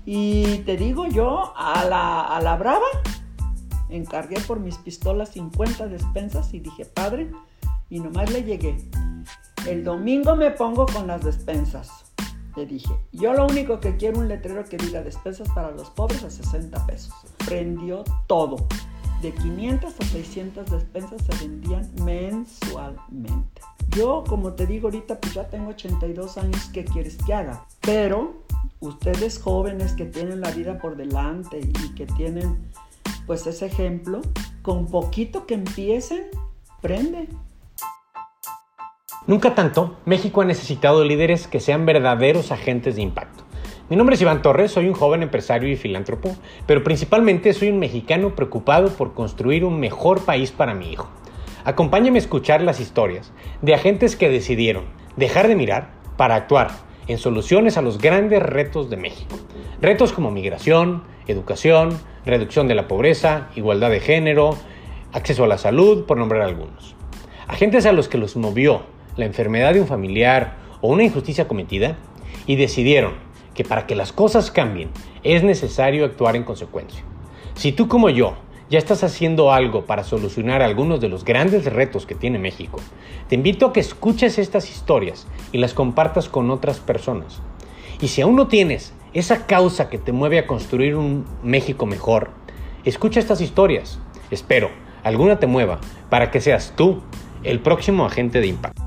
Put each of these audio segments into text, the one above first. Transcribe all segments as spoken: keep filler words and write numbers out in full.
Y te digo yo, a la, a la brava, encargué por mis pistolas cincuenta despensas y dije, padre, y nomás le llegué. El domingo me pongo con las despensas. Le dije, yo lo único que quiero un letrero que diga despensas para los pobres a sesenta pesos. Prendió todo. De quinientas a seiscientas despensas se vendían mensualmente. Yo, como te digo ahorita, pues ya tengo ochenta y dos años, ¿qué quieres que haga? Pero ustedes jóvenes que tienen la vida por delante y que tienen pues ese ejemplo, con poquito que empiecen, prende. Nunca tanto, México ha necesitado líderes que sean verdaderos agentes de impacto. Mi nombre es Iván Torres, soy un joven empresario y filántropo, pero principalmente soy un mexicano preocupado por construir un mejor país para mi hijo. Acompáñame a escuchar las historias de agentes que decidieron dejar de mirar para actuar en soluciones a los grandes retos de México. Retos como migración, educación, reducción de la pobreza, igualdad de género, acceso a la salud, por nombrar algunos. Agentes a los que los movió la enfermedad de un familiar o una injusticia cometida y decidieron que para que las cosas cambien es necesario actuar en consecuencia. Si tú como yo ya estás haciendo algo para solucionar algunos de los grandes retos que tiene México, te invito a que escuches estas historias y las compartas con otras personas. Y si aún no tienes esa causa que te mueve a construir un México mejor, escucha estas historias. Espero alguna te mueva para que seas tú el próximo agente de impacto.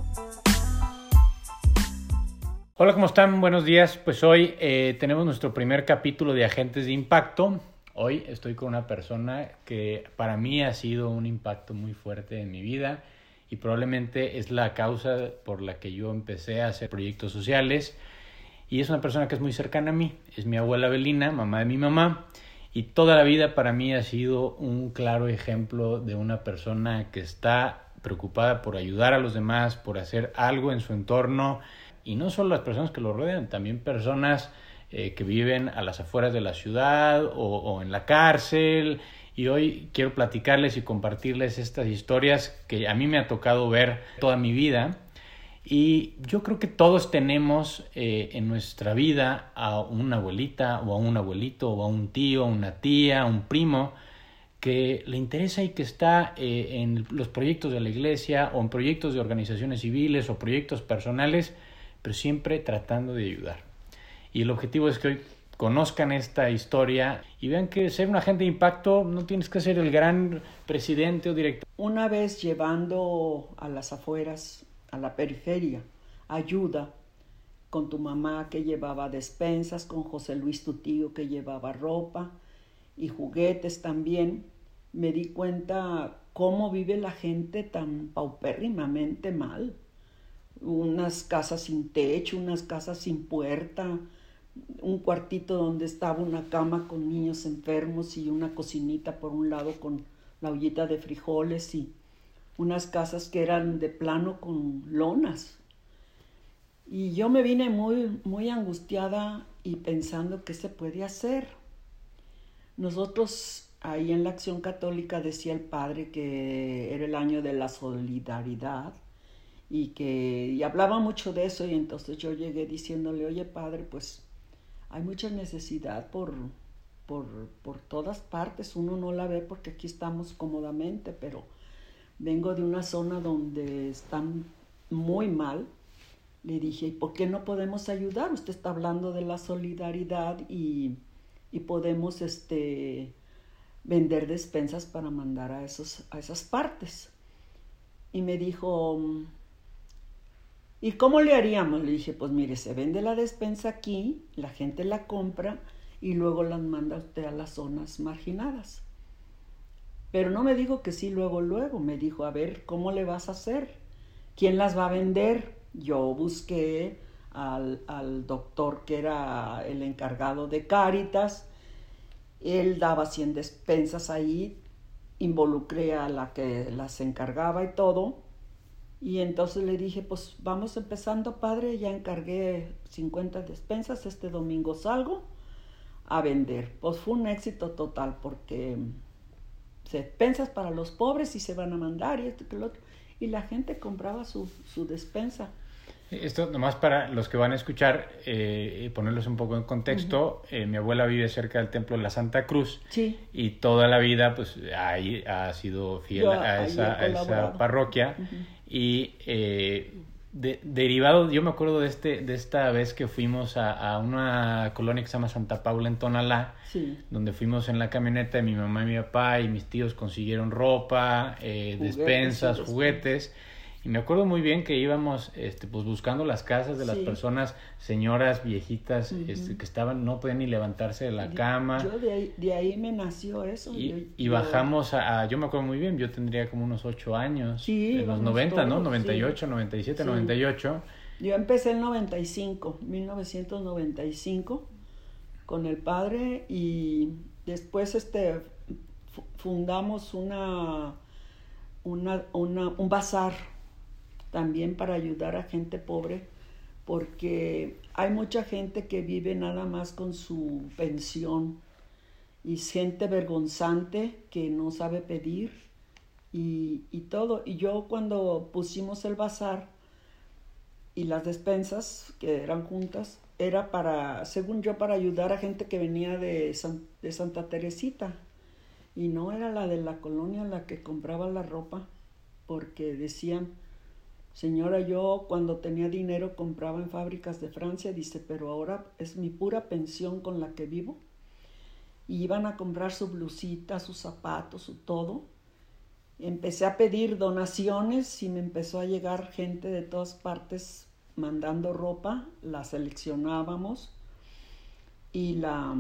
Hola, ¿cómo están? Buenos días. Pues hoy eh, tenemos nuestro primer capítulo de Agentes de Impacto. Hoy estoy con una persona que para mí ha sido un impacto muy fuerte en mi vida y probablemente es la causa por la que yo empecé a hacer proyectos sociales. Y es una persona que es muy cercana a mí. Es mi abuela Belina, mamá de mi mamá. Y toda la vida para mí ha sido un claro ejemplo de una persona que está preocupada por ayudar a los demás, por hacer algo en su entorno. Y no solo las personas que lo rodean, también personas eh, que viven a las afueras de la ciudad o, o en la cárcel. Y hoy quiero platicarles y compartirles estas historias que a mí me ha tocado ver toda mi vida. Y yo creo que todos tenemos eh, en nuestra vida a una abuelita o a un abuelito o a un tío, una tía, un primo que le interesa y que está eh, en los proyectos de la iglesia o en proyectos de organizaciones civiles o proyectos personales, pero siempre tratando de ayudar. Y el objetivo es que hoy conozcan esta historia y vean que ser un agente de impacto no tienes que ser el gran presidente o director. Una vez llevando a las afueras, a la periferia, ayuda con tu mamá que llevaba despensas, con José Luis tu tío que llevaba ropa y juguetes también, me di cuenta cómo vive la gente tan paupérrimamente mal. Unas casas sin techo, unas casas sin puerta, un cuartito donde estaba una cama con niños enfermos y una cocinita por un lado con la ollita de frijoles y unas casas que eran de plano con lonas. Y yo me vine muy, muy angustiada y pensando qué se puede hacer. Nosotros ahí en la Acción Católica decía el padre que era el año de la solidaridad y que y hablaba mucho de eso y entonces yo llegué diciéndole, oye padre, pues hay mucha necesidad por, por, por todas partes, uno no la ve porque aquí estamos cómodamente, pero vengo de una zona donde están muy mal. Le dije, ¿y por qué no podemos ayudar? Usted está hablando de la solidaridad y, y podemos este, vender despensas para mandar a, esos, a esas partes. Y me dijo, ¿y cómo le haríamos? Le dije, pues mire, se vende la despensa aquí, la gente la compra y luego las manda usted a las zonas marginadas. Pero no me dijo que sí luego, luego. Me dijo, a ver, ¿cómo le vas a hacer? ¿Quién las va a vender? Yo busqué al, al doctor que era el encargado de Cáritas. Él daba cien despensas ahí. Involucré a la que las encargaba y todo. Y entonces le dije, pues vamos empezando, padre. Ya encargué cincuenta despensas. Este domingo salgo a vender. Pues fue un éxito total porque despensas para los pobres y se van a mandar y esto y lo otro. Y la gente compraba su, su despensa. Esto nomás para los que van a escuchar, eh, ponerlos un poco en contexto. Uh-huh. eh, mi abuela vive cerca del Templo de la Santa Cruz. Sí. Y toda la vida pues ahí ha sido fiel Yo, a, esa, a esa parroquia. Uh-huh. Y eh, de, derivado, yo me acuerdo de este de esta vez que fuimos a, a una colonia que se llama Santa Paula en Tonalá, sí. donde fuimos en la camioneta de mi mamá y mi papá, y mis tíos consiguieron ropa, eh, juguetes, despensas, sí, juguetes. Y me acuerdo muy bien que íbamos este, pues buscando las casas de las sí. personas, señoras viejitas, uh-huh. este, que estaban, no podían ni levantarse de la de, cama. Yo de ahí, de ahí me nació eso. Y, yo, y yo... bajamos a, a, yo me acuerdo muy bien, yo tendría como unos ocho años. Sí, en los noventa, todos, ¿no? noventa y ocho, sí. noventa y siete, sí. noventa y ocho. Yo empecé en noventa y cinco, mil novecientos noventa y cinco, con el padre, y después este fundamos una, una, una un bazar también para ayudar a gente pobre, porque hay mucha gente que vive nada más con su pensión, y gente vergonzante que no sabe pedir y, y todo. Y yo cuando pusimos el bazar y las despensas que eran juntas, era para, según yo, para ayudar a gente que venía de, San, de Santa Teresita, y no era la de la colonia la que compraba la ropa, porque decían: señora, yo cuando tenía dinero compraba en fábricas de Francia, dice, pero ahora es mi pura pensión con la que vivo. Y iban a comprar su blusita, sus zapatos, su todo. Empecé a pedir donaciones y me empezó a llegar gente de todas partes mandando ropa, la seleccionábamos y la,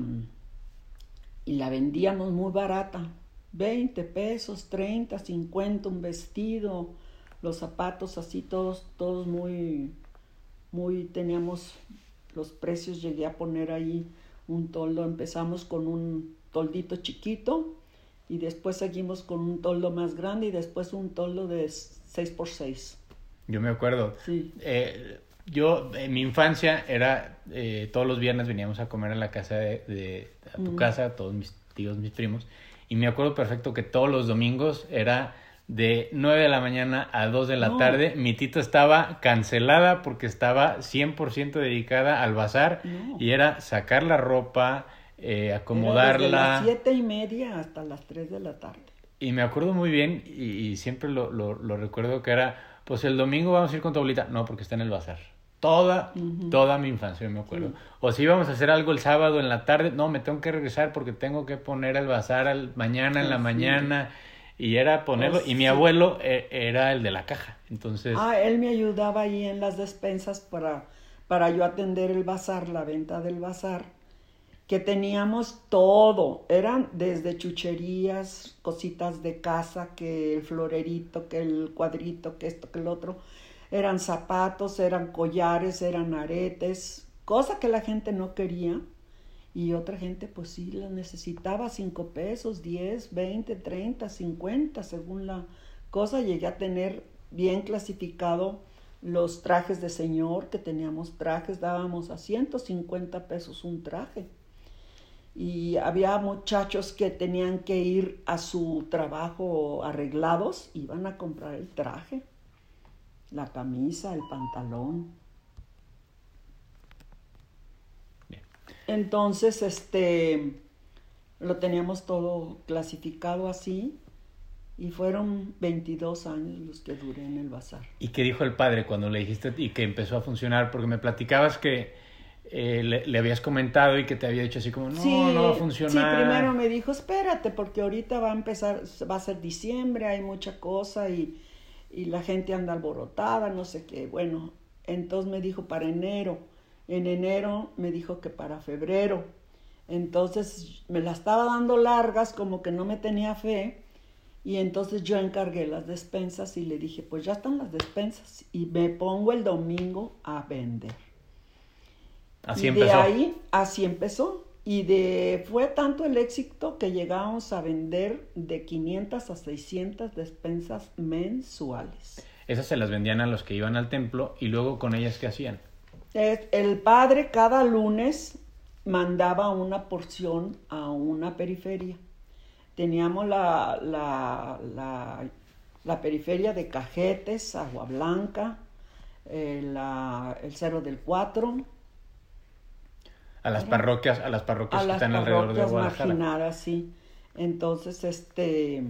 y la vendíamos muy barata, veinte pesos, treinta, cincuenta, un vestido, los zapatos así todos, todos muy, muy, teníamos los precios, llegué a poner ahí un toldo, empezamos con un toldito chiquito y después seguimos con un toldo más grande y después un toldo de seis por seis. Yo me acuerdo. Sí. Eh, yo, en mi infancia, era, eh, todos los viernes veníamos a comer a la casa de, de a tu mm. casa, todos mis tíos, mis primos, y me acuerdo perfecto que todos los domingos era de nueve de la mañana a dos de la no. tarde. Mi tita estaba cancelada porque estaba cien por ciento dedicada al bazar no. y era sacar la ropa, eh, acomodarla. Era desde las siete y media hasta las tres de la tarde. Y me acuerdo muy bien y, y siempre lo, lo, lo recuerdo que era, pues el domingo vamos a ir con tu abuelita. No, porque está en el bazar. Toda, uh-huh. toda mi infancia me acuerdo. Sí. O si íbamos a hacer algo el sábado en la tarde, no, me tengo que regresar porque tengo que poner el bazar al, mañana sí, en la sí. mañana. Y era ponerlo, pues, y mi sí. abuelo era el de la caja, entonces... Ah, él me ayudaba ahí en las despensas para, para yo atender el bazar, la venta del bazar, que teníamos todo, eran desde chucherías, cositas de casa, que el florerito, que el cuadrito, que esto, que el otro, eran zapatos, eran collares, eran aretes, cosa que la gente no quería. Y otra gente pues sí las necesitaba, cinco pesos, diez, veinte, treinta, cincuenta, según la cosa. Llegué a tener bien clasificado los trajes de señor, que teníamos trajes, dábamos a ciento cincuenta pesos un traje. Y había muchachos que tenían que ir a su trabajo arreglados, iban a comprar el traje, la camisa, el pantalón. Entonces, este, lo teníamos todo clasificado así y fueron veintidós años los que duré en el bazar. ¿Y qué dijo el padre cuando le dijiste y que empezó a funcionar? Porque me platicabas que eh, le, le habías comentado y que te había dicho así como, no, sí, no va a funcionar. Sí, primero me dijo, espérate, porque ahorita va a empezar, va a ser diciembre, hay mucha cosa y, y la gente anda alborotada, no sé qué. Bueno, entonces me dijo para enero. En enero me dijo que para febrero. Entonces me la estaba dando largas, como que no me tenía fe. Y entonces yo encargué las despensas y le dije, pues ya están las despensas. Y me pongo el domingo a vender. Así y empezó. De ahí, así empezó. Y de, fue tanto el éxito que llegamos a vender de quinientas a seiscientas despensas mensuales. Esas se las vendían a los que iban al templo y luego con ellas, ¿qué hacían? El padre cada lunes mandaba una porción a una periferia. Teníamos la, la, la, la periferia de Cajetes, Agua Blanca, eh, la, el Cerro del Cuatro. A las parroquias, a las parroquias a que las están alrededor de parroquias Guadalajara. marginadas, sí. Entonces, este,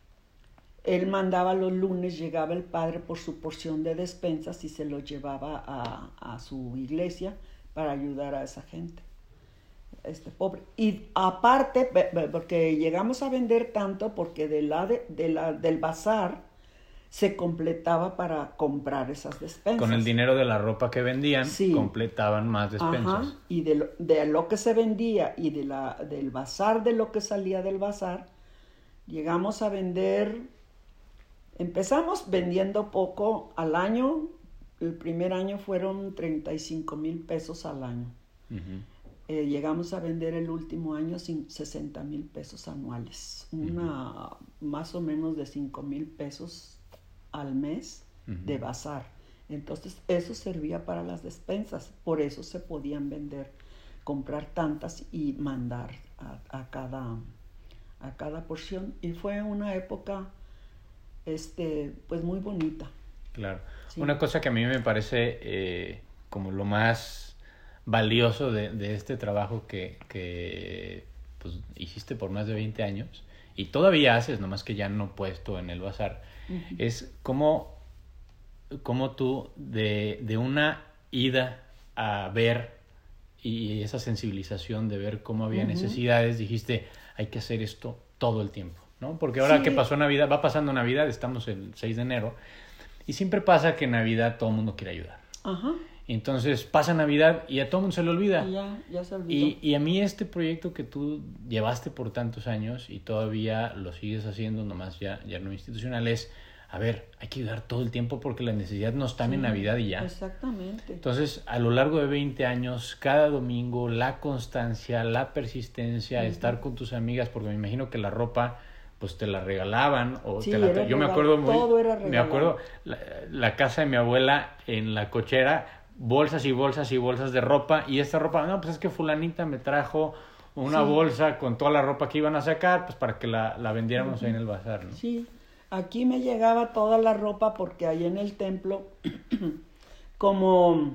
él mandaba los lunes, llegaba el padre por su porción de despensas y se lo llevaba a, a su iglesia para ayudar a esa gente, este pobre. Y aparte, porque llegamos a vender tanto, porque de la, de, de la, del bazar se completaba para comprar esas despensas. Con el dinero de la ropa que vendían, sí. completaban más despensas. Ajá. Y de lo, de lo que se vendía y de la, del bazar, de lo que salía del bazar, llegamos a vender, empezamos vendiendo poco al año. El primer año fueron treinta y cinco mil pesos al año. Uh-huh. Eh, llegamos a vender el último año sesenta mil pesos anuales, una uh-huh. más o menos de cinco mil pesos al mes uh-huh. de bazar. Entonces eso servía para las despensas, por eso se podían vender, comprar tantas y mandar a, a cada a cada porción, y fue una época este pues muy bonita. Claro. Sí. Una cosa que a mí me parece eh, como lo más valioso de, de este trabajo que, que pues, hiciste por más de veinte años y todavía haces, nomás que ya no puesto en el bazar, uh-huh. es cómo, cómo tú de, de una ida a ver y esa sensibilización de ver cómo había uh-huh. necesidades, dijiste, hay que hacer esto todo el tiempo, ¿no? Porque ahora sí. que pasó Navidad, va pasando Navidad, estamos el seis de enero, y siempre pasa que en Navidad todo el mundo quiere ayudar. Ajá. Entonces pasa Navidad y a todo el mundo se le olvida. Y ya, ya se olvidó. Y, y a mí este proyecto que tú llevaste por tantos años y todavía lo sigues haciendo, nomás ya, ya no institucional, es, a ver, hay que ayudar todo el tiempo porque las necesidades no están sí, en Navidad y ya. Exactamente. Entonces, a lo largo de veinte años, cada domingo, la constancia, la persistencia, uh-huh. estar con tus amigas, porque me imagino que la ropa pues te la regalaban o sí, te la era yo me regal, acuerdo muy todo era regalado. Me acuerdo la, la casa de mi abuela en la cochera, bolsas y bolsas y bolsas de ropa, y esta ropa, no, pues es que fulanita me trajo una sí. bolsa con toda la ropa que iban a sacar, pues para que la, la vendiéramos uh-huh. ahí en el bazar, ¿no? Sí, aquí me llegaba toda la ropa porque ahí en el templo, como,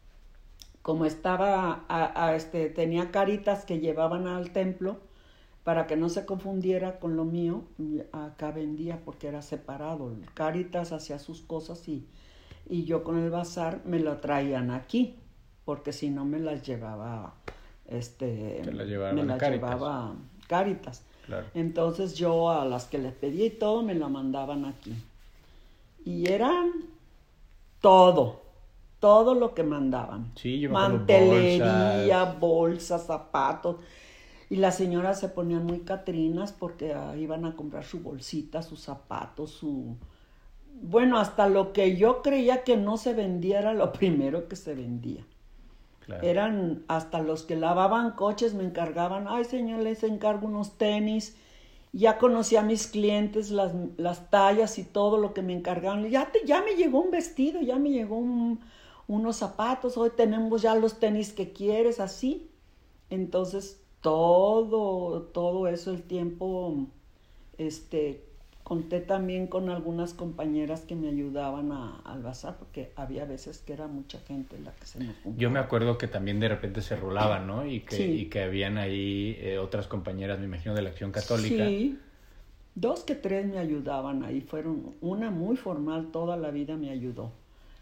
como estaba, a, a este, tenía caritas que llevaban al templo, para que no se confundiera con lo mío, acá vendía porque era separado. Caritas hacía sus cosas y, y yo con el bazar me lo traían aquí, porque si no me las llevaba, este, Te la llevaban me las Cáritas. llevaba Cáritas. Claro. Entonces yo a las que les pedí y todo me la mandaban aquí. Y eran todo, todo lo que mandaban. Sí, yo me Mantelería, bolsas. bolsas, zapatos. Y las señoras se ponían muy catrinas porque uh, iban a comprar su bolsita, sus zapatos, su... Bueno, hasta lo que yo creía que no se vendía era lo primero que se vendía. Claro. Eran hasta los que lavaban coches me encargaban, ay señor, les encargo unos tenis. Ya conocí a mis clientes, las, las tallas y todo lo que me encargaban. Ya, te, ya me llegó un vestido, ya me llegó un, unos zapatos, hoy tenemos ya los tenis que quieres, así. Entonces... Todo, todo eso el tiempo, este, conté también con algunas compañeras que me ayudaban a, al bazar, porque había veces que era mucha gente la que se me juntaba. Yo me acuerdo que también de repente se rolaban, ¿no? Y que, sí. y que habían ahí eh, otras compañeras, me imagino, de la Acción Católica. Sí, dos que tres me ayudaban ahí, fueron una muy formal, toda la vida me ayudó.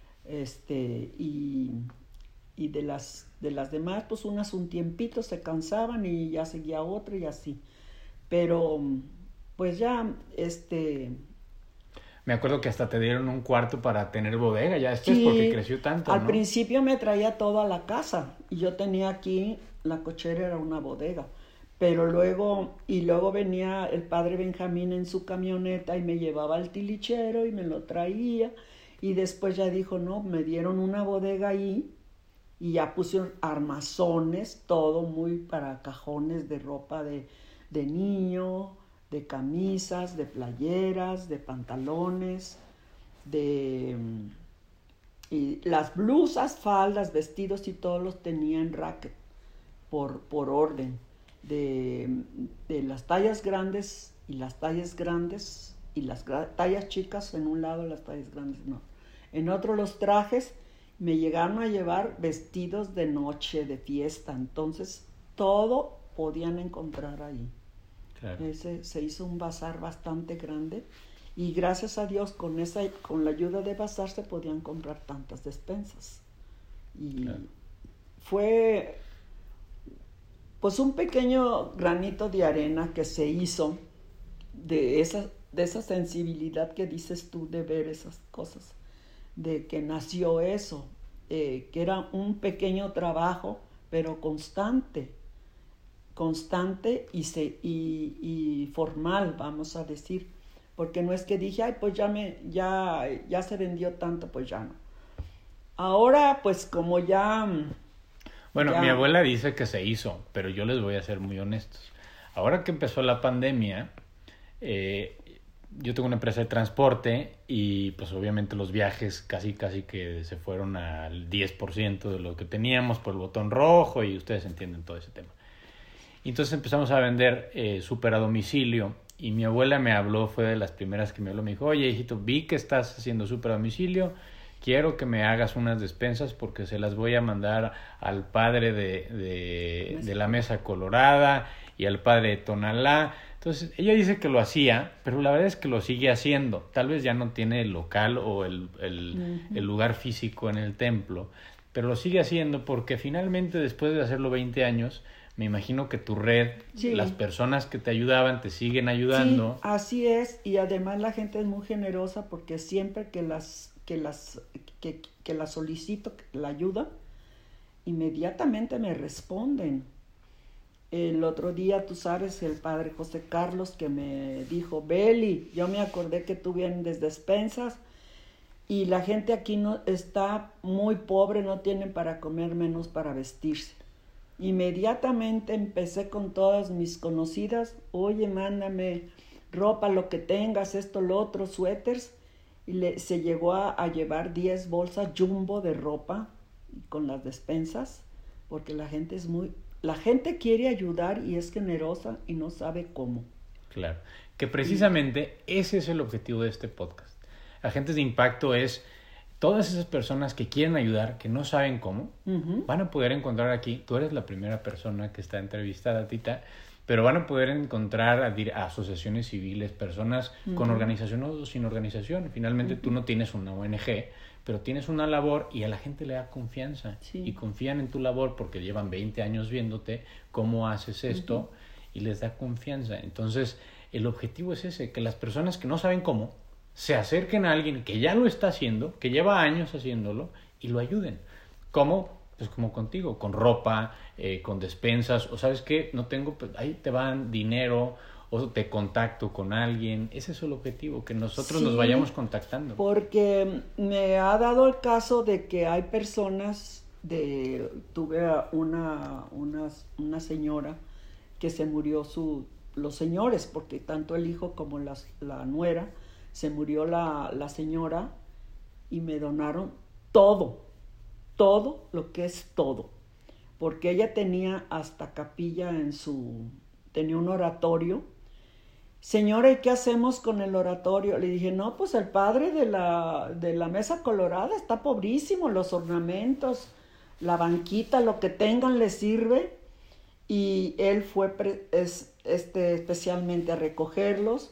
Este, y... y de las de las demás, pues unas un tiempito se cansaban y ya seguía otra y así. Pero, pues ya, este... Me acuerdo que hasta te dieron un cuarto para tener bodega, ya después sí, porque creció tanto, al ¿no? principio me traía todo a la casa y yo tenía aquí, la cochera era una bodega. Pero luego, y luego venía el padre Benjamín en su camioneta y me llevaba al tilichero y me lo traía. Y después ya dijo, no, me dieron una bodega ahí. Y ya puse armazones, todo muy para cajones de ropa de, de niño, de camisas, de playeras, de pantalones, de... Y las blusas, faldas, vestidos y todos los tenía en racket, por, por orden. De, de las tallas grandes y las tallas grandes y las gra- tallas chicas en un lado, las tallas grandes no. En otro los trajes. me llegaron a llevar vestidos de noche, de fiesta, entonces todo podían encontrar ahí. Claro. Ese, se hizo un bazar bastante grande y gracias a Dios con, esa, con la ayuda de bazar se podían comprar tantas despensas. Y claro. Fue pues un pequeño granito de arena que se hizo de esa, de esa sensibilidad que dices tú de ver esas cosas, de que nació eso, eh, que era un pequeño trabajo, pero constante, constante y, se, y, y formal, vamos a decir, porque no es que dije, ay, pues ya, me, ya, ya se vendió tanto, pues ya no. Ahora, pues como ya... Bueno, ya... mi abuela dice que se hizo, pero yo les voy a ser muy honestos. Ahora que empezó la pandemia, eh, yo tengo una empresa de transporte y pues obviamente los viajes casi casi que se fueron al diez por ciento de lo que teníamos por el botón rojo y ustedes entienden todo ese tema. Y entonces empezamos a vender eh, súper a domicilio y mi abuela me habló, fue de las primeras que me habló, me dijo, oye hijito, vi que estás haciendo súper a domicilio, quiero que me hagas unas despensas porque se las voy a mandar al padre de, de, de la Mesa Colorada y al padre de Tonalá. Entonces, ella dice que lo hacía, pero la verdad es que lo sigue haciendo. Tal vez ya no tiene el local o el, el, uh-huh. el lugar físico en el templo, pero lo sigue haciendo porque finalmente después de hacerlo veinte años, me imagino que tu red, sí. las personas que te ayudaban, te siguen ayudando. Sí, así es, y además la gente es muy generosa porque siempre que las que las que, que la solicito la ayuda, inmediatamente me responden. El otro día, tú sabes, el padre José Carlos que me dijo, Beli, yo me acordé que tú vienes despensas y la gente aquí no está muy pobre, no tienen para comer menos para vestirse. Inmediatamente empecé con todas mis conocidas, oye, mándame ropa, lo que tengas, esto, lo otro, suéteres, y le, se llegó a, a llevar diez bolsas jumbo de ropa con las despensas, porque la gente es muy... La gente quiere ayudar y es generosa y no sabe cómo. Claro, que precisamente ese es el objetivo de este podcast. Agentes de Impacto es todas esas personas que quieren ayudar, que no saben cómo, uh-huh. van a poder encontrar aquí, tú eres la primera persona que está entrevistada, Tita, pero van a poder encontrar a, a asociaciones civiles, personas uh-huh. con organización o sin organización. Finalmente uh-huh. tú no tienes una O N Ge, pero tienes una labor y a la gente le da confianza sí. y confían en tu labor porque llevan veinte años viéndote cómo haces esto uh-huh. y les da confianza. Entonces, el objetivo es ese, que las personas que no saben cómo se acerquen a alguien que ya lo está haciendo, que lleva años haciéndolo y lo ayuden. ¿Cómo? Pues como contigo, con ropa, eh, con despensas, o ¿sabes qué? No tengo, pues ahí te van dinero, o te contacto con alguien. Ese es el objetivo, que nosotros sí, nos vayamos contactando. Porque me ha dado el caso de que hay personas, de tuve una, una, una señora que se murió, su, los señores, porque tanto el hijo como la, la nuera, se murió la, la señora y me donaron todo, todo lo que es todo. Porque ella tenía hasta capilla en su, tenía un oratorio. Señora, ¿y qué hacemos con el oratorio? Le dije, no, pues el padre de la, de la Mesa Colorada está pobrísimo, los ornamentos, la banquita, lo que tengan le sirve. Y él fue pre, es, este, especialmente a recogerlos.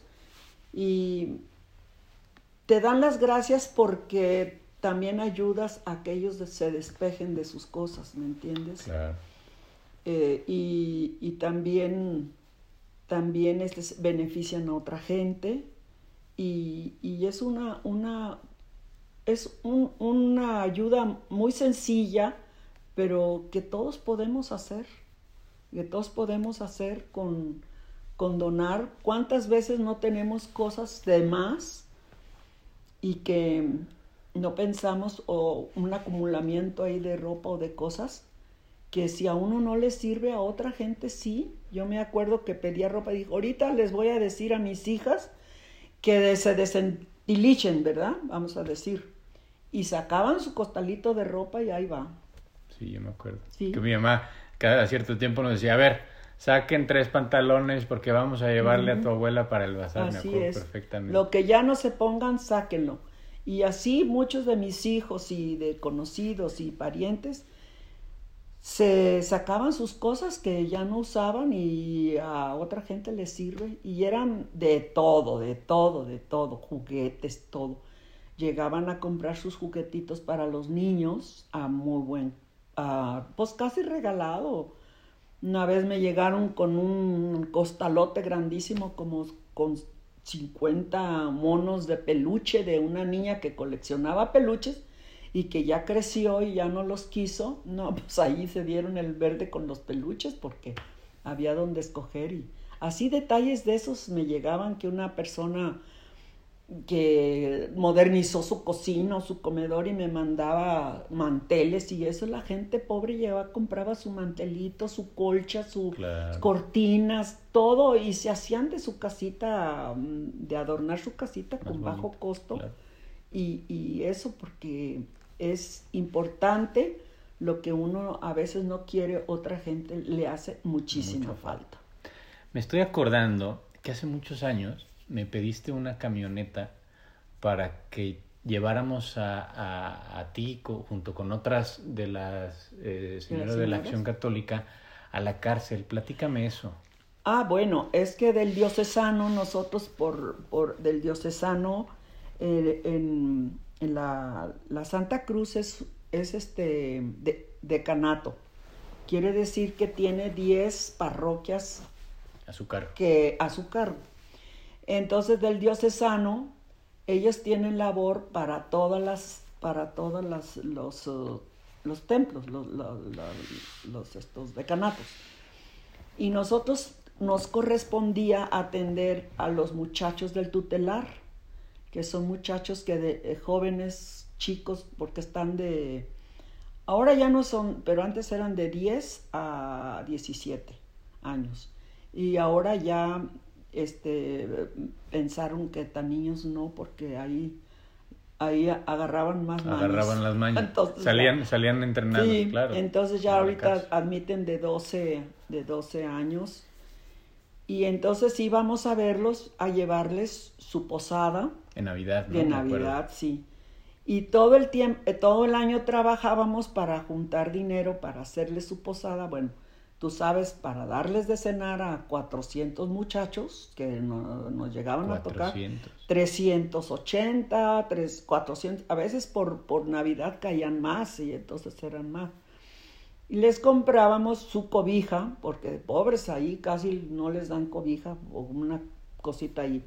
Y te dan las gracias porque también ayudas a que ellos se despejen de sus cosas, ¿me entiendes? Claro. Eh, y, y también... también este, benefician a otra gente y, y es una, una, es un, una ayuda muy sencilla, pero que todos podemos hacer, que todos podemos hacer con, con donar. ¿Cuántas veces no tenemos cosas de más y que no pensamos, o un acumulamiento ahí de ropa o de cosas, que si a uno no le sirve, a otra gente sí? Yo me acuerdo que pedía ropa y dijo, ahorita les voy a decir a mis hijas que se desentilichen, ¿verdad? Vamos a decir. Y sacaban su costalito de ropa y ahí va. Sí, yo me acuerdo. ¿Sí? Que mi mamá cada cierto tiempo nos decía, a ver, saquen tres pantalones porque vamos a llevarle uh-huh. a tu abuela para el bazar. Así me acuerdo es. perfectamente. Lo que ya no se pongan, sáquenlo. Y así muchos de mis hijos y de conocidos y parientes se sacaban sus cosas que ya no usaban y a otra gente les sirve. Y eran de todo, de todo, de todo, juguetes, todo. Llegaban a comprar sus juguetitos para los niños a muy buen, a, pues casi regalado. Una vez me llegaron con un costalote grandísimo como con cincuenta monos de peluche de una niña que coleccionaba peluches y que ya creció y ya no los quiso. No, pues ahí se dieron el verde con los peluches porque había donde escoger. Y así detalles de esos me llegaban, que una persona que modernizó su cocina o su comedor y me mandaba manteles y eso. La gente pobre llevaba, compraba su mantelito, su colcha, sus claro. cortinas, todo, y se hacían de su casita, de adornar su casita más con bonito, bajo costo. Claro. y, y eso porque es importante. Lo que uno a veces no quiere, otra gente le hace muchísima Mucho falta. Me estoy acordando que hace muchos años me pediste una camioneta para que lleváramos a, a, a ti co, junto con otras de las eh, señoras de la Acción Católica a la cárcel. Platícame eso. Ah, bueno, es que del diocesano, nosotros por, por del diocesano eh, en, en la, la Santa Cruz es, es este de, decanato. Quiere decir que tiene diez parroquias a su cargo. Que, a su cargo. Entonces del diocesano ellos tienen labor para todas las para todas las los uh, los templos, los, los, los, los estos decanatos. Y nosotros nos correspondía atender a los muchachos del tutelar, que son muchachos que de eh, jóvenes chicos, porque están de ahora ya no son, pero antes eran de diez a diecisiete años. Y ahora ya este pensaron que tan niños no, porque ahí ahí agarraban más mañas. Agarraban las mañas. Entonces, salían, ya, salían entrenados, sí, claro. Entonces ya ahorita admiten de doce, de doce años. Y entonces íbamos a verlos, a llevarles su posada. En Navidad, ¿no? De Navidad, sí. Y todo el tiempo, todo el año trabajábamos para juntar dinero para hacerles su posada. Bueno, tú sabes, para darles de cenar a cuatrocientos muchachos que no, nos llegaban cuatrocientos. A tocar, trescientos ochenta, tres, cuatrocientos, a veces por, por Navidad caían más y entonces eran más. Y les comprábamos su cobija, porque pobres ahí casi no les dan cobija o una cosita ahí.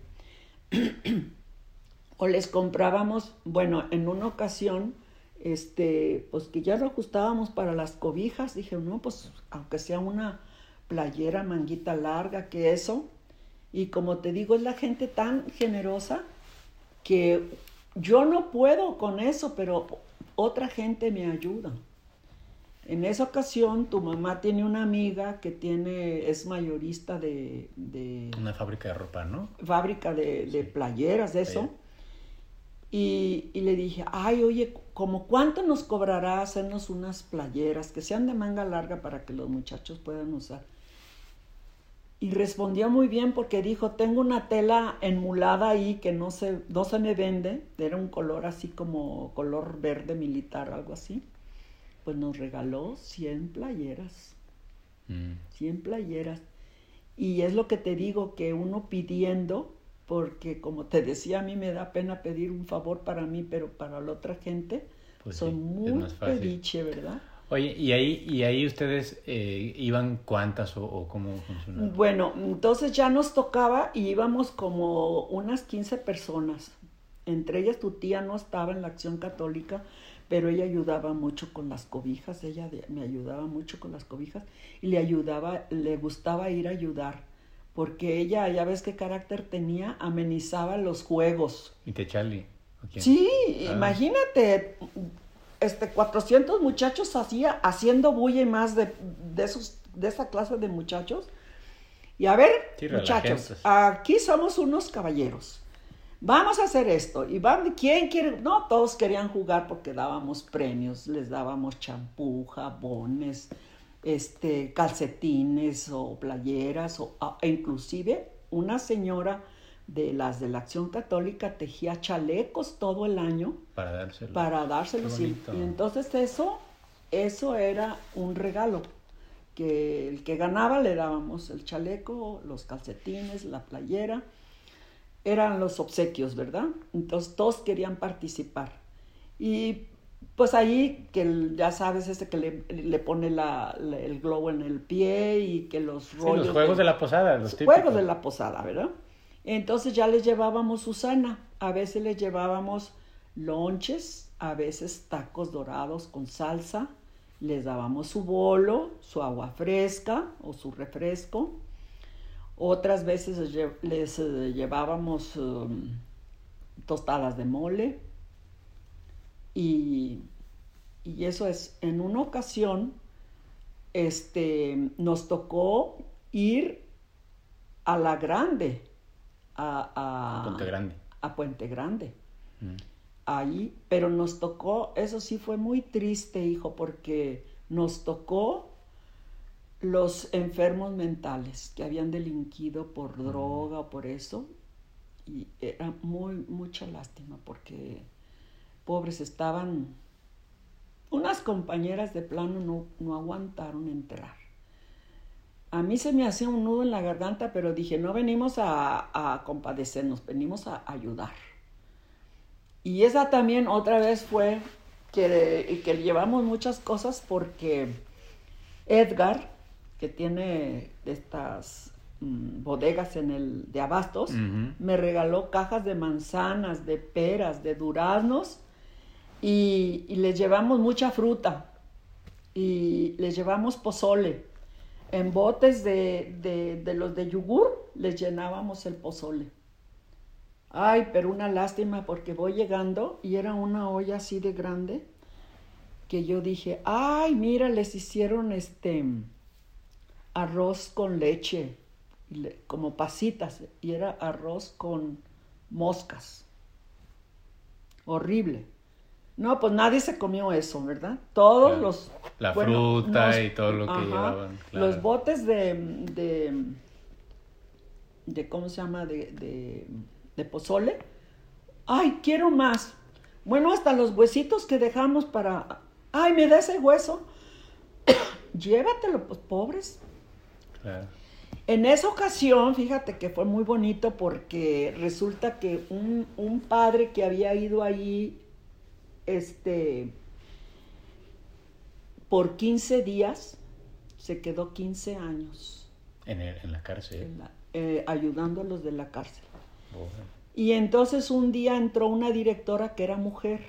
O les comprábamos, bueno, en una ocasión, este, pues que ya lo ajustábamos para las cobijas, dije, no, pues aunque sea una playera, manguita larga, que eso. Y como te digo, es la gente tan generosa que yo no puedo con eso, pero otra gente me ayuda. En esa ocasión, tu mamá tiene una amiga que tiene, es mayorista de... de una fábrica de ropa, ¿no? Fábrica de, de sí. playeras, de eso. Y, y le dije, ay, oye, ¿cómo cuánto nos cobrará hacernos unas playeras que sean de manga larga para que los muchachos puedan usar? Y respondió muy bien porque dijo, tengo una tela enmulada ahí que no se, no se me vende. Era un color así como color verde militar, algo así. Pues nos regaló cien playeras. Mm. cien playeras. Y es lo que te digo, que uno pidiendo, porque como te decía, a mí me da pena pedir un favor para mí, pero para la otra gente pues son sí, muy pediche, ¿verdad? Oye, ¿y ahí, y ahí ustedes eh, iban cuántas o, o cómo funcionaba? Bueno, entonces ya nos tocaba y íbamos como unas quince personas. Entre ellas tu tía no estaba en la Acción Católica, pero ella ayudaba mucho con las cobijas, ella de, me ayudaba mucho con las cobijas y le ayudaba, le gustaba ir a ayudar, porque ella, ya ves qué carácter tenía, amenizaba los juegos. ¿Y te Charlie? Sí, ah. Imagínate, este, cuatrocientos muchachos hacía, haciendo bulla y más de, de, esos, de esa clase de muchachos. Y a ver, sí, muchachos, aquí somos unos caballeros. Vamos a hacer esto. Y van, ¿quién quiere? No, todos querían jugar porque dábamos premios. Les dábamos champú, jabones, este, calcetines o playeras. O, e inclusive una señora de las de la Acción Católica, tejía chalecos todo el año para dárselos. Para dárselos y, y entonces eso, eso era un regalo, que el que ganaba le dábamos el chaleco, los calcetines, la playera, eran los obsequios, ¿verdad? Entonces todos querían participar. Y pues ahí, que ya sabes, este que le, le pone la, la, el globo en el pie y que los rollos... Sí, los juegos de, de la posada, los típicos. Juegos de la posada, ¿verdad? Entonces ya les llevábamos su cena, a veces les llevábamos lonches, a veces tacos dorados con salsa, les dábamos su bolo, su agua fresca o su refresco, otras veces les llevábamos um, tostadas de mole y, y eso es, en una ocasión este, nos tocó ir a La Grande, A, a, a Puente Grande. A Puente Grande. Mm. Ahí, pero nos tocó, eso sí fue muy triste, hijo, porque nos tocó los enfermos mentales que habían delinquido por mm. droga o por eso. Y era muy, mucha lástima porque pobres estaban, unas compañeras de plano no, no aguantaron entrar. A mí se me hacía un nudo en la garganta, pero dije, no venimos a, a compadecernos, venimos a ayudar. Y esa también otra vez fue que, que llevamos muchas cosas porque Edgar, que tiene estas mmm, bodegas en el, de abastos, uh-huh. me regaló cajas de manzanas, de peras, de duraznos y, y les llevamos mucha fruta y les llevamos pozole. En botes de, de, de los de yogur les llenábamos el pozole. Ay, pero una lástima porque voy llegando y era una olla así de grande que yo dije, ay, mira, les hicieron este arroz con leche, como pasitas, y era arroz con moscas. Horrible. No, pues nadie se comió eso, ¿verdad? Todos claro. los... La bueno, fruta nos, y todo lo que ajá, llevaban. Claro. Los botes de, de... de ¿cómo se llama? De, de, de pozole. ¡Ay, quiero más! Bueno, hasta los huesitos que dejamos para... ¡Ay, me da ese hueso! Llévatelo, pues, pobres. Claro. En esa ocasión, fíjate que fue muy bonito porque resulta que un, un padre que había ido ahí... Este, por quince días, se quedó quince años. En, el, en la cárcel. En la, eh, ayudando a los de la cárcel. Oh. Y entonces un día entró una directora que era mujer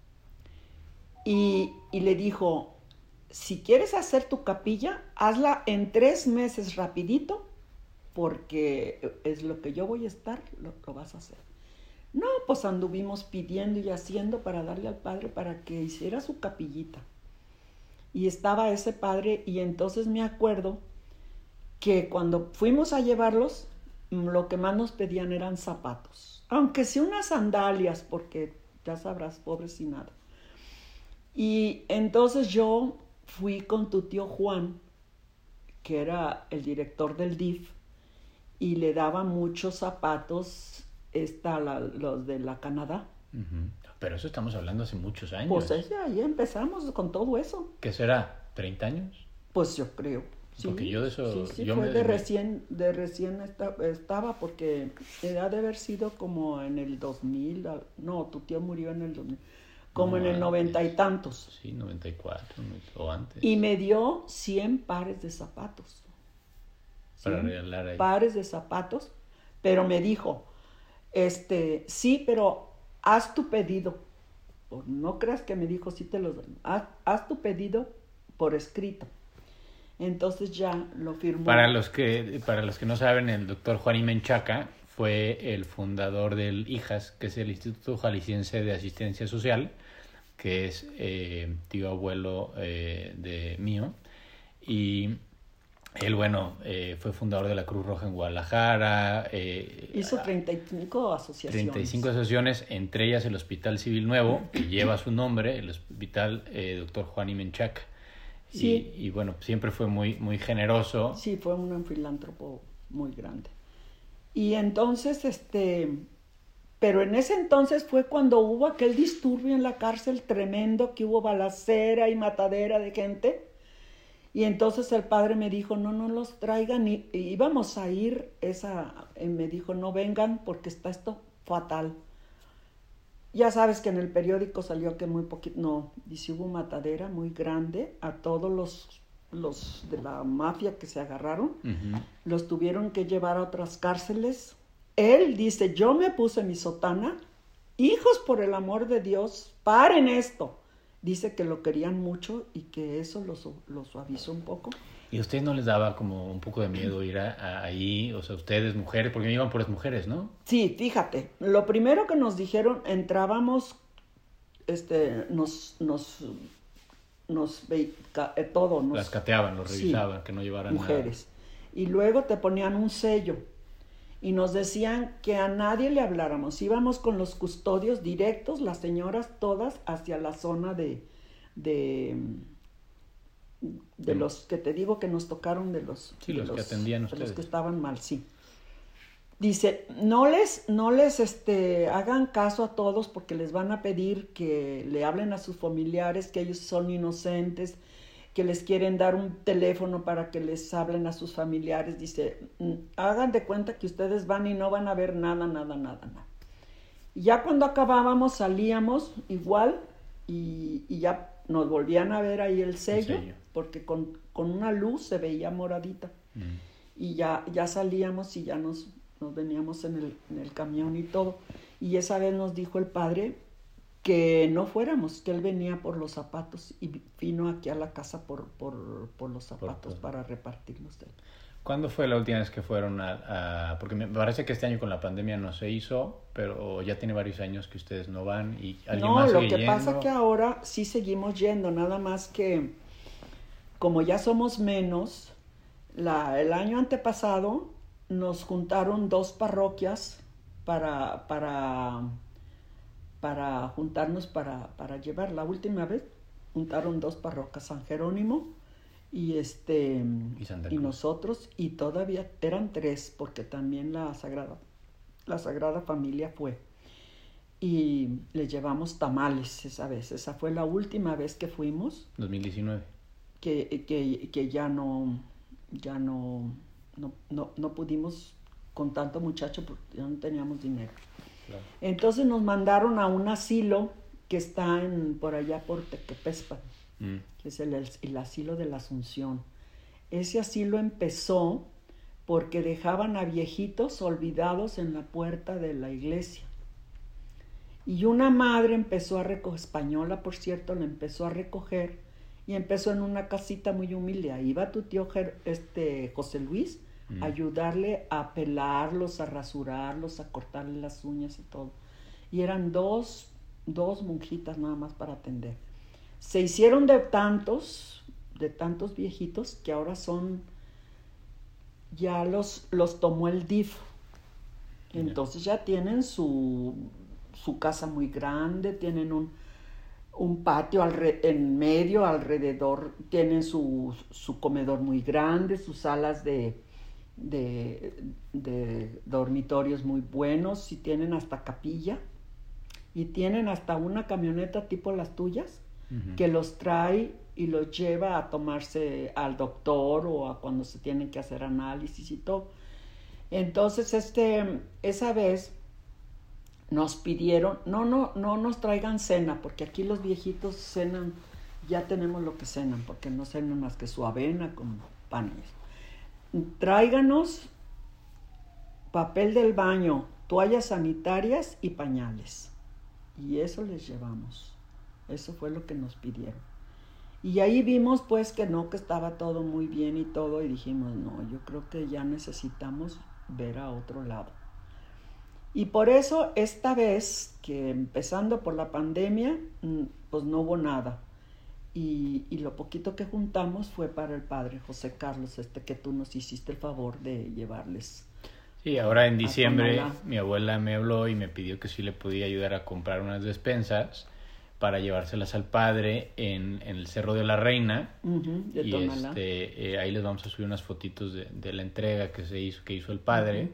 y, y le dijo, si quieres hacer tu capilla, hazla en tres meses rapidito, porque es lo que yo voy a estar, lo, lo vas a hacer. No, pues anduvimos pidiendo y haciendo para darle al padre para que hiciera su capillita. Y estaba ese padre y entonces me acuerdo que cuando fuimos a llevarlos, lo que más nos pedían eran zapatos. Aunque sí unas sandalias, porque ya sabrás, pobres y nada. Y entonces yo fui con tu tío Juan, que era el director del D I F, y le daba muchos zapatos está la, los de la Canadá. Uh-huh. Pero eso estamos hablando hace muchos años. Pues ese, ahí empezamos con todo eso. ¿Qué será? ¿treinta años? Pues yo creo. Sí, porque yo de eso... Sí, sí, yo fue me, de, me... recién, de recién esta, estaba, porque ha de haber sido como en el dos mil, no, tu tío murió en el dos mil, como no, en el noventa y tantos. Sí, noventa y cuatro o antes. Y me dio cien pares de zapatos. Para regalar ahí. Pares de zapatos, pero me dijo... Este, sí, pero haz tu pedido. No creas que me dijo, sí te los doy. Haz, haz tu pedido por escrito. Entonces ya lo firmó. Para los que, para los que no saben, el doctor Juan Menchaca fue el fundador del I J A S, que es el Instituto Jalisciense de Asistencia Social, que es eh, tío abuelo eh, de mío. Y él, bueno, eh, fue fundador de la Cruz Roja en Guadalajara. Eh, Hizo treinta y cinco asociaciones. treinta y cinco asociaciones, entre ellas el Hospital Civil Nuevo, que lleva su nombre, el Hospital eh, doctor Juan Menchaca. Sí. Y, y bueno, siempre fue muy, muy generoso. Sí, fue un filántropo muy grande. Y entonces, este, pero en ese entonces fue cuando hubo aquel disturbio en la cárcel tremendo, que hubo balacera y matadera de gente. Y entonces el padre me dijo, no, no los traigan, y, y íbamos a ir, esa, y me dijo, no vengan porque está esto fatal. Ya sabes que en el periódico salió que muy poquito, no, dice, hubo matadera muy grande, a todos los, los de la mafia que se agarraron, uh-huh. Los tuvieron que llevar a otras cárceles. Él dice, yo me puse mi sotana, hijos, por el amor de Dios, paren esto. Dice que lo querían mucho y que eso lo, lo suavizó un poco. ¿Y a ustedes no les daba como un poco de miedo ir a, a ahí? O sea, ustedes mujeres, porque me iban por las mujeres, ¿no? Sí, fíjate, lo primero que nos dijeron, entrábamos, este, nos, nos, nos, ve, ca, eh, todo. Nos, las cateaban, los revisaban, sí, que no llevaran mujeres. Nada. Y luego te ponían un sello y nos decían que a nadie le habláramos. Íbamos con los custodios directos, las señoras todas, hacia la zona de, de, de los que te digo que nos tocaron, de los, sí, de los, los que atendían de ustedes. Los que estaban mal, sí. Dice, no les, no les este, hagan caso a todos porque les van a pedir que le hablen a sus familiares, que ellos son inocentes, que les quieren dar un teléfono para que les hablen a sus familiares. Dice, hagan de cuenta que ustedes van y no van a ver nada, nada, nada, nada. Y ya cuando acabábamos salíamos igual y, y ya nos volvían a ver ahí el sello, el sello. Porque con, con una luz se veía moradita. Mm. Y ya, ya salíamos y ya nos, nos veníamos en el, en el camión y todo. Y esa vez nos dijo el padre que no fuéramos, que él venía por los zapatos y vino aquí a la casa por, por, por los zapatos, por, por. para repartirlos. ¿Cuándo fue la última vez que fueron a, a...? Porque me parece que este año con la pandemia no se hizo, pero ya tiene varios años que ustedes no van y alguien no, más sigue lo que yendo. pasa que ahora sí seguimos yendo, nada más que como ya somos menos, la, el año antepasado nos juntaron dos parroquias para... para para juntarnos para, para llevar. La última vez juntaron dos parroquias, San Jerónimo y este y, y nosotros, y todavía eran tres, porque también la Sagrada, la Sagrada Familia fue. Y le llevamos tamales esa vez. Esa fue la última vez que fuimos. dos mil diecinueve. Que, que, que ya no, ya no, no, no, no pudimos con tanto muchacho porque ya no teníamos dinero. Claro. Entonces nos mandaron a un asilo que está en, por allá por Tequepespa, mm. que es el, el asilo de la Asunción. Ese asilo empezó porque dejaban a viejitos olvidados en la puerta de la iglesia. Y una madre empezó a recoger, española por cierto, la empezó a recoger y empezó en una casita muy humilde. Ahí iba tu tío este, José Luis, Mm. ayudarle a pelarlos, a rasurarlos, a cortarle las uñas y todo. Y eran dos, dos monjitas nada más para atender. Se hicieron de tantos, de tantos viejitos que ahora son, ya los, los tomó el D I F. Entonces ya tienen su, su casa muy grande, tienen un, un patio alre, en medio, alrededor, tienen su, su comedor muy grande, sus salas de... De, de dormitorios muy buenos y tienen hasta capilla y tienen hasta una camioneta tipo las tuyas uh-huh. que los trae y los lleva a tomarse al doctor o a cuando se tienen que hacer análisis y todo. Entonces este esa vez nos pidieron no no no nos traigan cena porque aquí los viejitos cenan, ya tenemos lo que cenan porque no cenan más que su avena con panes. Tráiganos papel del baño, toallas sanitarias y pañales. Y eso les llevamos. Eso fue lo que nos pidieron. Y ahí vimos pues que no, que estaba todo muy bien y todo, y dijimos, no, yo creo que ya necesitamos ver a otro lado. Y por eso esta vez, que empezando por la pandemia, pues no hubo nada. Y, y lo poquito que juntamos fue para el padre José Carlos, este que tú nos hiciste el favor de llevarles. Sí, ahora en diciembre mi abuela me habló y me pidió que sí le podía ayudar a comprar unas despensas para llevárselas al padre en, en el Cerro de la Reina. Uh-huh, de y este, eh, ahí les vamos a subir unas fotitos de, de la entrega que se hizo, que hizo el padre. Uh-huh.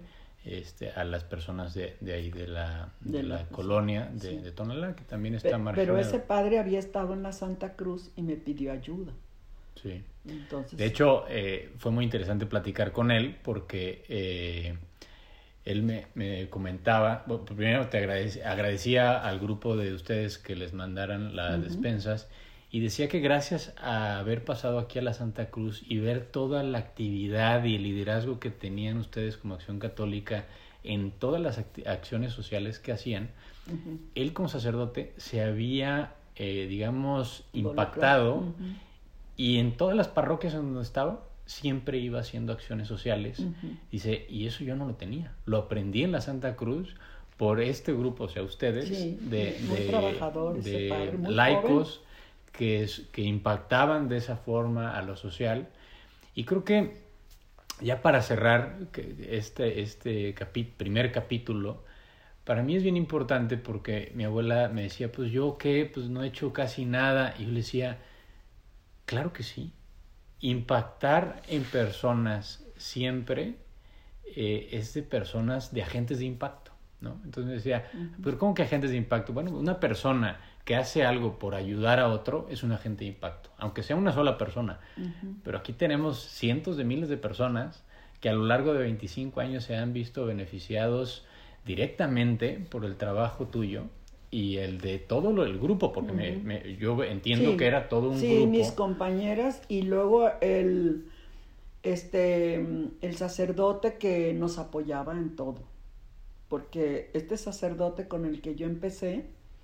este, a las personas de, de ahí, de la, de De la, la- colonia de, sí. de Tonalá, que también Pe- está marginado. Pero ese padre había estado en la Santa Cruz y me pidió ayuda. Sí. Entonces, De hecho, eh, fue muy interesante platicar con él porque eh, él me, me comentaba, bueno, primero te agradec- agradecía al grupo de ustedes que les mandaran las Ujú. despensas y decía que gracias a haber pasado aquí a la Santa Cruz y ver toda la actividad y el liderazgo que tenían ustedes como Acción Católica en todas las acti- acciones sociales que hacían, ujú, él como sacerdote se había, eh, digamos, involucrado. impactado. Ujú, Y en todas las parroquias en donde estaba, siempre iba haciendo acciones sociales. ujú. Dice, y eso yo no lo tenía. Lo aprendí en la Santa Cruz por este grupo, o sea, ustedes, Sí, de, muy de, trabajador ese de padre, muy laicos que, es- que impactaban de esa forma a lo social. Y creo que, ya para cerrar que este, este capi- primer capítulo, para mí es bien importante porque mi abuela me decía, pues yo qué, pues no he hecho casi nada. Y yo le decía, claro que sí. Impactar en personas siempre eh, es de personas, de agentes de impacto, ¿no? Entonces me decía, Ujú. ¿pero cómo que agentes de impacto? Bueno, una persona que hace algo por ayudar a otro es un agente de impacto, aunque sea una sola persona. Ujú. Pero aquí tenemos cientos de miles de personas que a lo largo de veinticinco años se han visto beneficiados directamente por el trabajo tuyo y el de todo lo, el grupo, porque me, Ujú. me- yo entiendo Sí, que era todo un sí, grupo. mis compañeras y luego el, este, el sacerdote que nos apoyaba en todo. Porque este sacerdote con el que yo empecé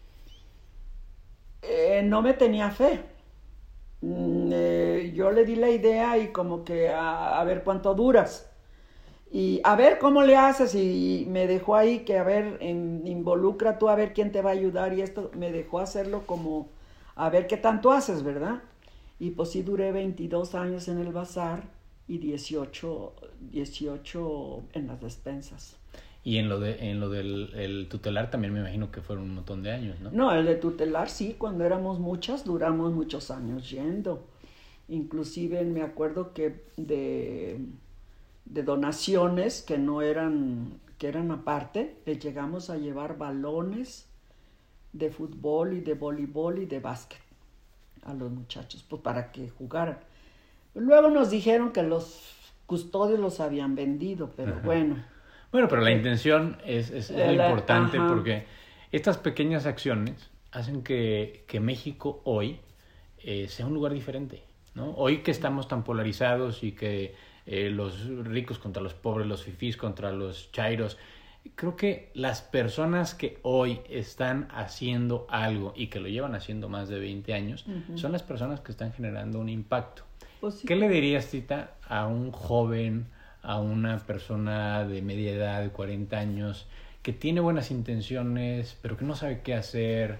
eh, no me tenía fe. Mm, eh, yo le di la idea y como que a, a ver cuánto duras. Y a ver cómo le haces y me dejó ahí que a ver, en, involucra tú a ver quién te va a ayudar y esto me dejó hacerlo como a ver qué tanto haces, ¿verdad? Y pues sí duré veintidós años en el bazar y dieciocho, dieciocho en las despensas. Y en lo de en lo del el tutelar también me imagino que fueron un montón de años, ¿no? No, el de tutelar sí, cuando éramos muchas duramos muchos años yendo. Inclusive me acuerdo que de, de donaciones que no eran, que eran aparte, les llegamos a llevar balones de fútbol y de voleibol y de básquet a los muchachos, pues para que jugaran. Luego nos dijeron que los custodios los habían vendido, pero Ajá. bueno. Bueno, pero la Eh, intención es, es, es eh, lo la- importante ajá. porque estas pequeñas acciones hacen que, que México hoy eh, sea un lugar diferente, ¿no? Hoy que estamos tan polarizados y que eh, los ricos contra los pobres, los fifís contra los chairos, creo que las personas que hoy están haciendo algo y que lo llevan haciendo más de veinte años, Ujú. son las personas que están generando un impacto. Pues sí. ¿Qué le dirías, Tita, a un joven, a una persona de media edad, de cuarenta años, que tiene buenas intenciones, pero que no sabe qué hacer?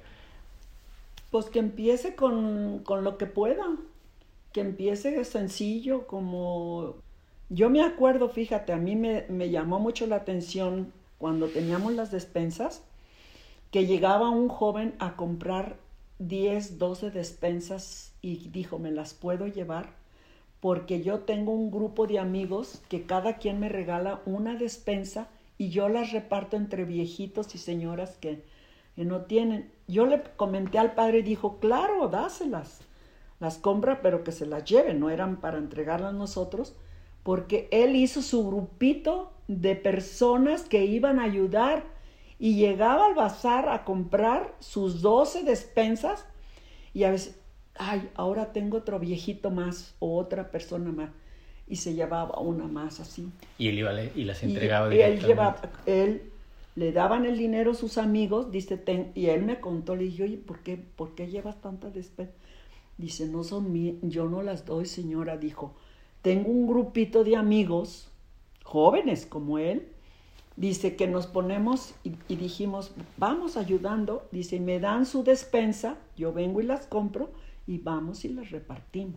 Pues que empiece con, con lo que pueda, que empiece sencillo, como... Yo me acuerdo, fíjate, a mí me, me llamó mucho la atención cuando teníamos las despensas, que llegaba un joven a comprar diez, doce despensas y dijo, ¿me las puedo llevar? Porque yo tengo un grupo de amigos que cada quien me regala una despensa y yo las reparto entre viejitos y señoras que, que no tienen. Yo le comenté al padre y dijo, claro, dáselas. Las compra, pero que se las lleven, no eran para entregarlas nosotros, porque él hizo su grupito de personas que iban a ayudar y llegaba al bazar a comprar sus doce despensas y a veces, ay, ahora tengo otro viejito más o otra persona más y se llevaba una más así. Y él iba le- y las entregaba Y él directamente. llevaba, él le daban el dinero a sus amigos, dice, ten, y él me contó, le dije, oye, ¿por qué, por qué llevas tantas despensas? Dice, no son mías, yo no las doy, señora, dijo, tengo un grupito de amigos, jóvenes como él, dice que nos ponemos y, y dijimos, vamos ayudando, dice, me dan su despensa, yo vengo y las compro y vamos y las repartimos.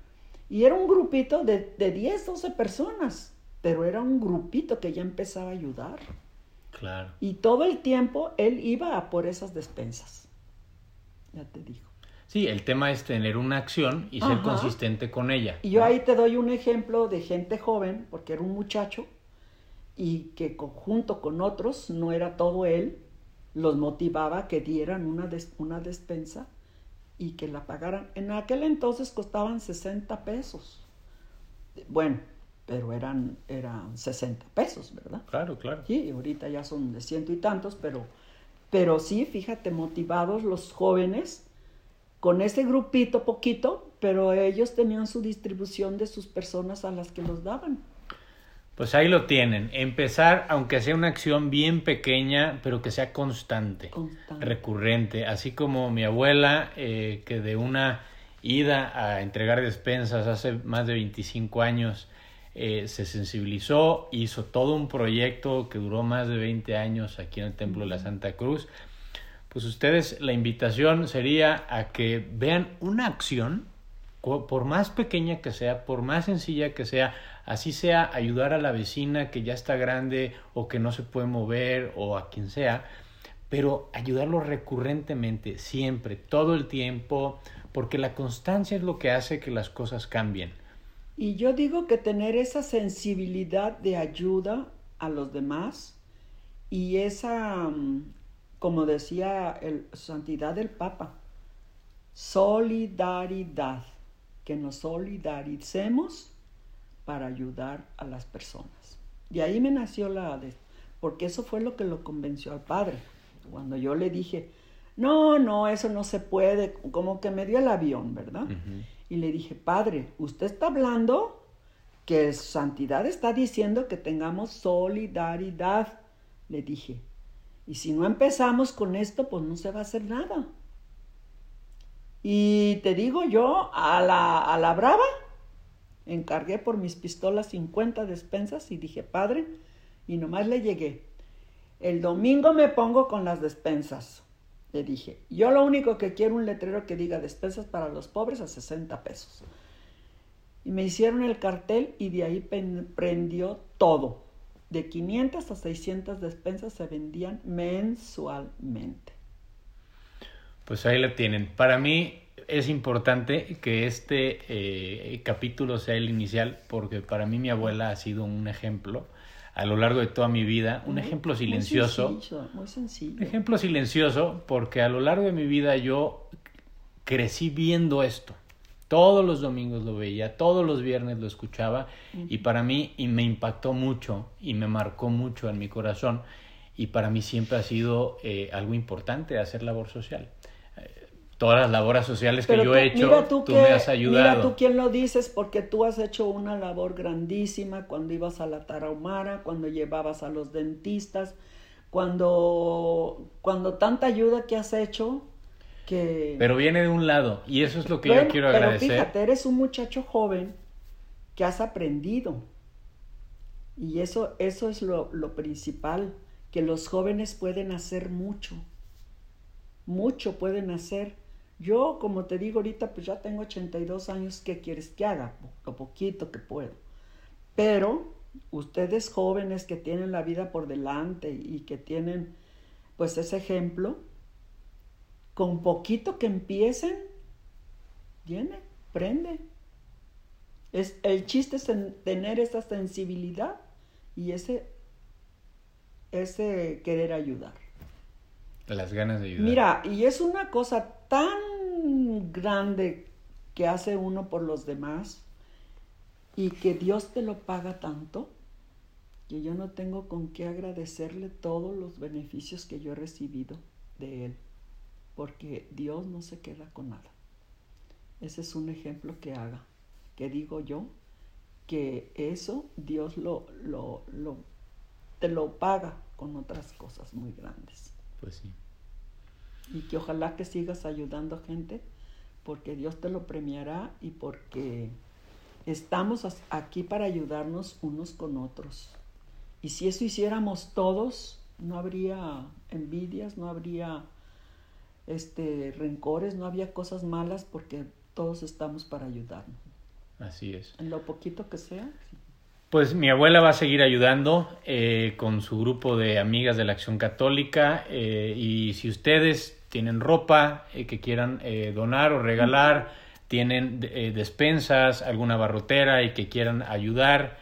Y era un grupito de, de diez, doce personas, pero era un grupito que ya empezaba a ayudar. Claro. Y todo el tiempo él iba a por esas despensas, ya te digo. Sí, el tema es tener una acción y ser Ajá. consistente con ella. Y yo ¿no? ahí te doy un ejemplo de gente joven, porque era un muchacho y que junto con otros, no era todo él, los motivaba a que dieran una, des, una despensa y que la pagaran. En aquel entonces costaban sesenta pesos. Bueno, pero eran, eran sesenta pesos, ¿verdad? Claro, claro. Sí, ahorita ya son de ciento y tantos, pero, pero sí, fíjate, motivados los jóvenes con ese grupito poquito, pero ellos tenían su distribución de sus personas a las que los daban. Pues ahí lo tienen. Empezar, aunque sea una acción bien pequeña, pero que sea constante, constante. recurrente. Así como mi abuela, eh, que de una ida a entregar despensas hace más de veinticinco años, eh, se sensibilizó, hizo todo un proyecto que duró más de veinte años aquí en el Templo uh-huh. de la Santa Cruz. Pues ustedes, la invitación sería a que vean una acción, por más pequeña que sea, por más sencilla que sea, así sea ayudar a la vecina que ya está grande o que no se puede mover o a quien sea, pero ayudarlo recurrentemente, siempre, todo el tiempo, porque la constancia es lo que hace que las cosas cambien. Y yo digo que tener esa sensibilidad de ayuda a los demás y esa, como decía el Santidad del Papa, solidaridad, que nos solidaricemos para ayudar a las personas. Y ahí me nació la de, porque eso fue lo que lo convenció al padre. Cuando yo le dije, no, no, eso no se puede, como que me dio el avión, ¿verdad? Uh-huh. Y le dije, padre, usted está hablando que Santidad está diciendo que tengamos solidaridad, le dije. Y si no empezamos con esto, pues no se va a hacer nada. Y te digo yo, a la, a la brava, encargué por mis pistolas cincuenta despensas y dije, padre, y nomás le llegué. El domingo me pongo con las despensas. Le dije, yo lo único que quiero un letrero que diga despensas para los pobres a sesenta pesos. Y me hicieron el cartel y de ahí pen, prendió todo. De quinientas a seiscientas despensas se vendían mensualmente. Pues ahí la tienen. Para mí es importante que este eh, capítulo sea el inicial, porque para mí mi abuela ha sido un ejemplo a lo largo de toda mi vida, un muy, ejemplo silencioso. Muy sencillo, muy sencillo. Un ejemplo silencioso, porque a lo largo de mi vida yo crecí viendo esto. Todos los domingos lo veía, todos los viernes lo escuchaba, uh-huh. y para mí y me impactó mucho y me marcó mucho en mi corazón, y para mí siempre ha sido eh, algo importante hacer labor social. Todas las labores sociales que Pero yo tú, he hecho, tú, tú que, me has ayudado. Mira tú quién lo dices, porque tú has hecho una labor grandísima cuando ibas a la Tarahumara, cuando llevabas a los dentistas, cuando, cuando tanta ayuda que has hecho que... Pero viene de un lado, y eso es lo que bueno, yo quiero pero agradecer. Pero fíjate, eres un muchacho joven que has aprendido, y eso, eso es lo, lo principal, que los jóvenes pueden hacer mucho, mucho pueden hacer. Yo, como te digo ahorita, pues ya tengo ochenta y dos años, ¿qué quieres que haga? Lo poquito que puedo. Pero ustedes jóvenes que tienen la vida por delante y que tienen pues ese ejemplo, con poquito que empiecen, viene, prende. Es, el chiste es en tener esa sensibilidad y ese, ese querer ayudar. Las ganas de ayudar. Mira, y es una cosa tan grande que hace uno por los demás y que Dios te lo paga tanto que yo no tengo con qué agradecerle todos los beneficios que yo he recibido de Él, porque Dios no se queda con nada. Ese es un ejemplo que haga, que digo yo, que eso Dios lo, lo, lo, te lo paga con otras cosas muy grandes. Pues sí. Y que ojalá que sigas ayudando a gente, porque Dios te lo premiará y porque estamos aquí para ayudarnos unos con otros. Y si eso hiciéramos todos, no habría envidias, no habría este, rencores, no habría cosas malas, porque todos estamos para ayudarnos. Así es. En lo poquito que sea. Sí. Pues mi abuela va a seguir ayudando eh, con su grupo de amigas de la Acción Católica, eh, y si ustedes tienen ropa eh, que quieran eh, donar o regalar, tienen eh, despensas, alguna barrotera y que quieran ayudar,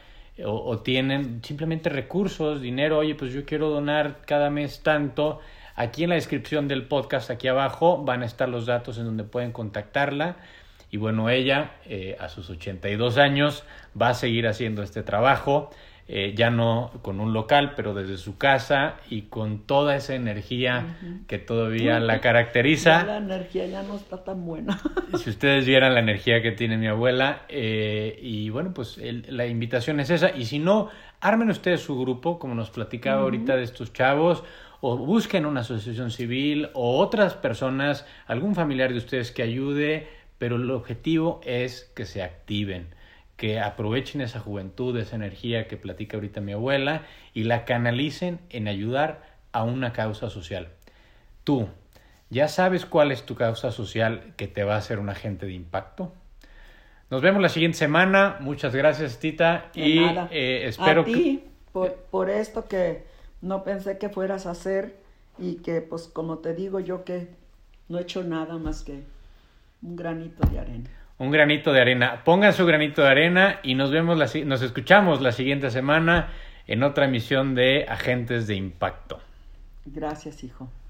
o, o tienen simplemente recursos, dinero, oye, pues yo quiero donar cada mes tanto. Aquí en la descripción del podcast, aquí abajo, van a estar los datos en donde pueden contactarla. Y bueno, ella eh, a sus ochenta y dos años va a seguir haciendo este trabajo, eh, ya no con un local, pero desde su casa y con toda esa energía uh-huh. que todavía uh-huh. la caracteriza. Ya la energía ya no está tan buena. Si ustedes vieran la energía que tiene mi abuela, eh, y bueno, pues el, la invitación es esa. Y si no, armen ustedes su grupo, como nos platicaba uh-huh. ahorita de estos chavos, o busquen una asociación civil o otras personas, algún familiar de ustedes que ayude, pero el objetivo es que se activen, que aprovechen esa juventud, esa energía que platica ahorita mi abuela y la canalicen en ayudar a una causa social. Tú, ¿ya sabes cuál es tu causa social que te va a hacer un agente de impacto? Nos vemos la siguiente semana. Muchas gracias, Tita. De y nada. Eh, espero a ti, que... por, por esto que no pensé que fueras a hacer y que, pues, como te digo yo, que no he hecho nada más que un granito de arena. Un granito de arena. Pongan su granito de arena y nos vemos, la, nos escuchamos la siguiente semana en otra emisión de Agentes de Impacto. Gracias, hijo.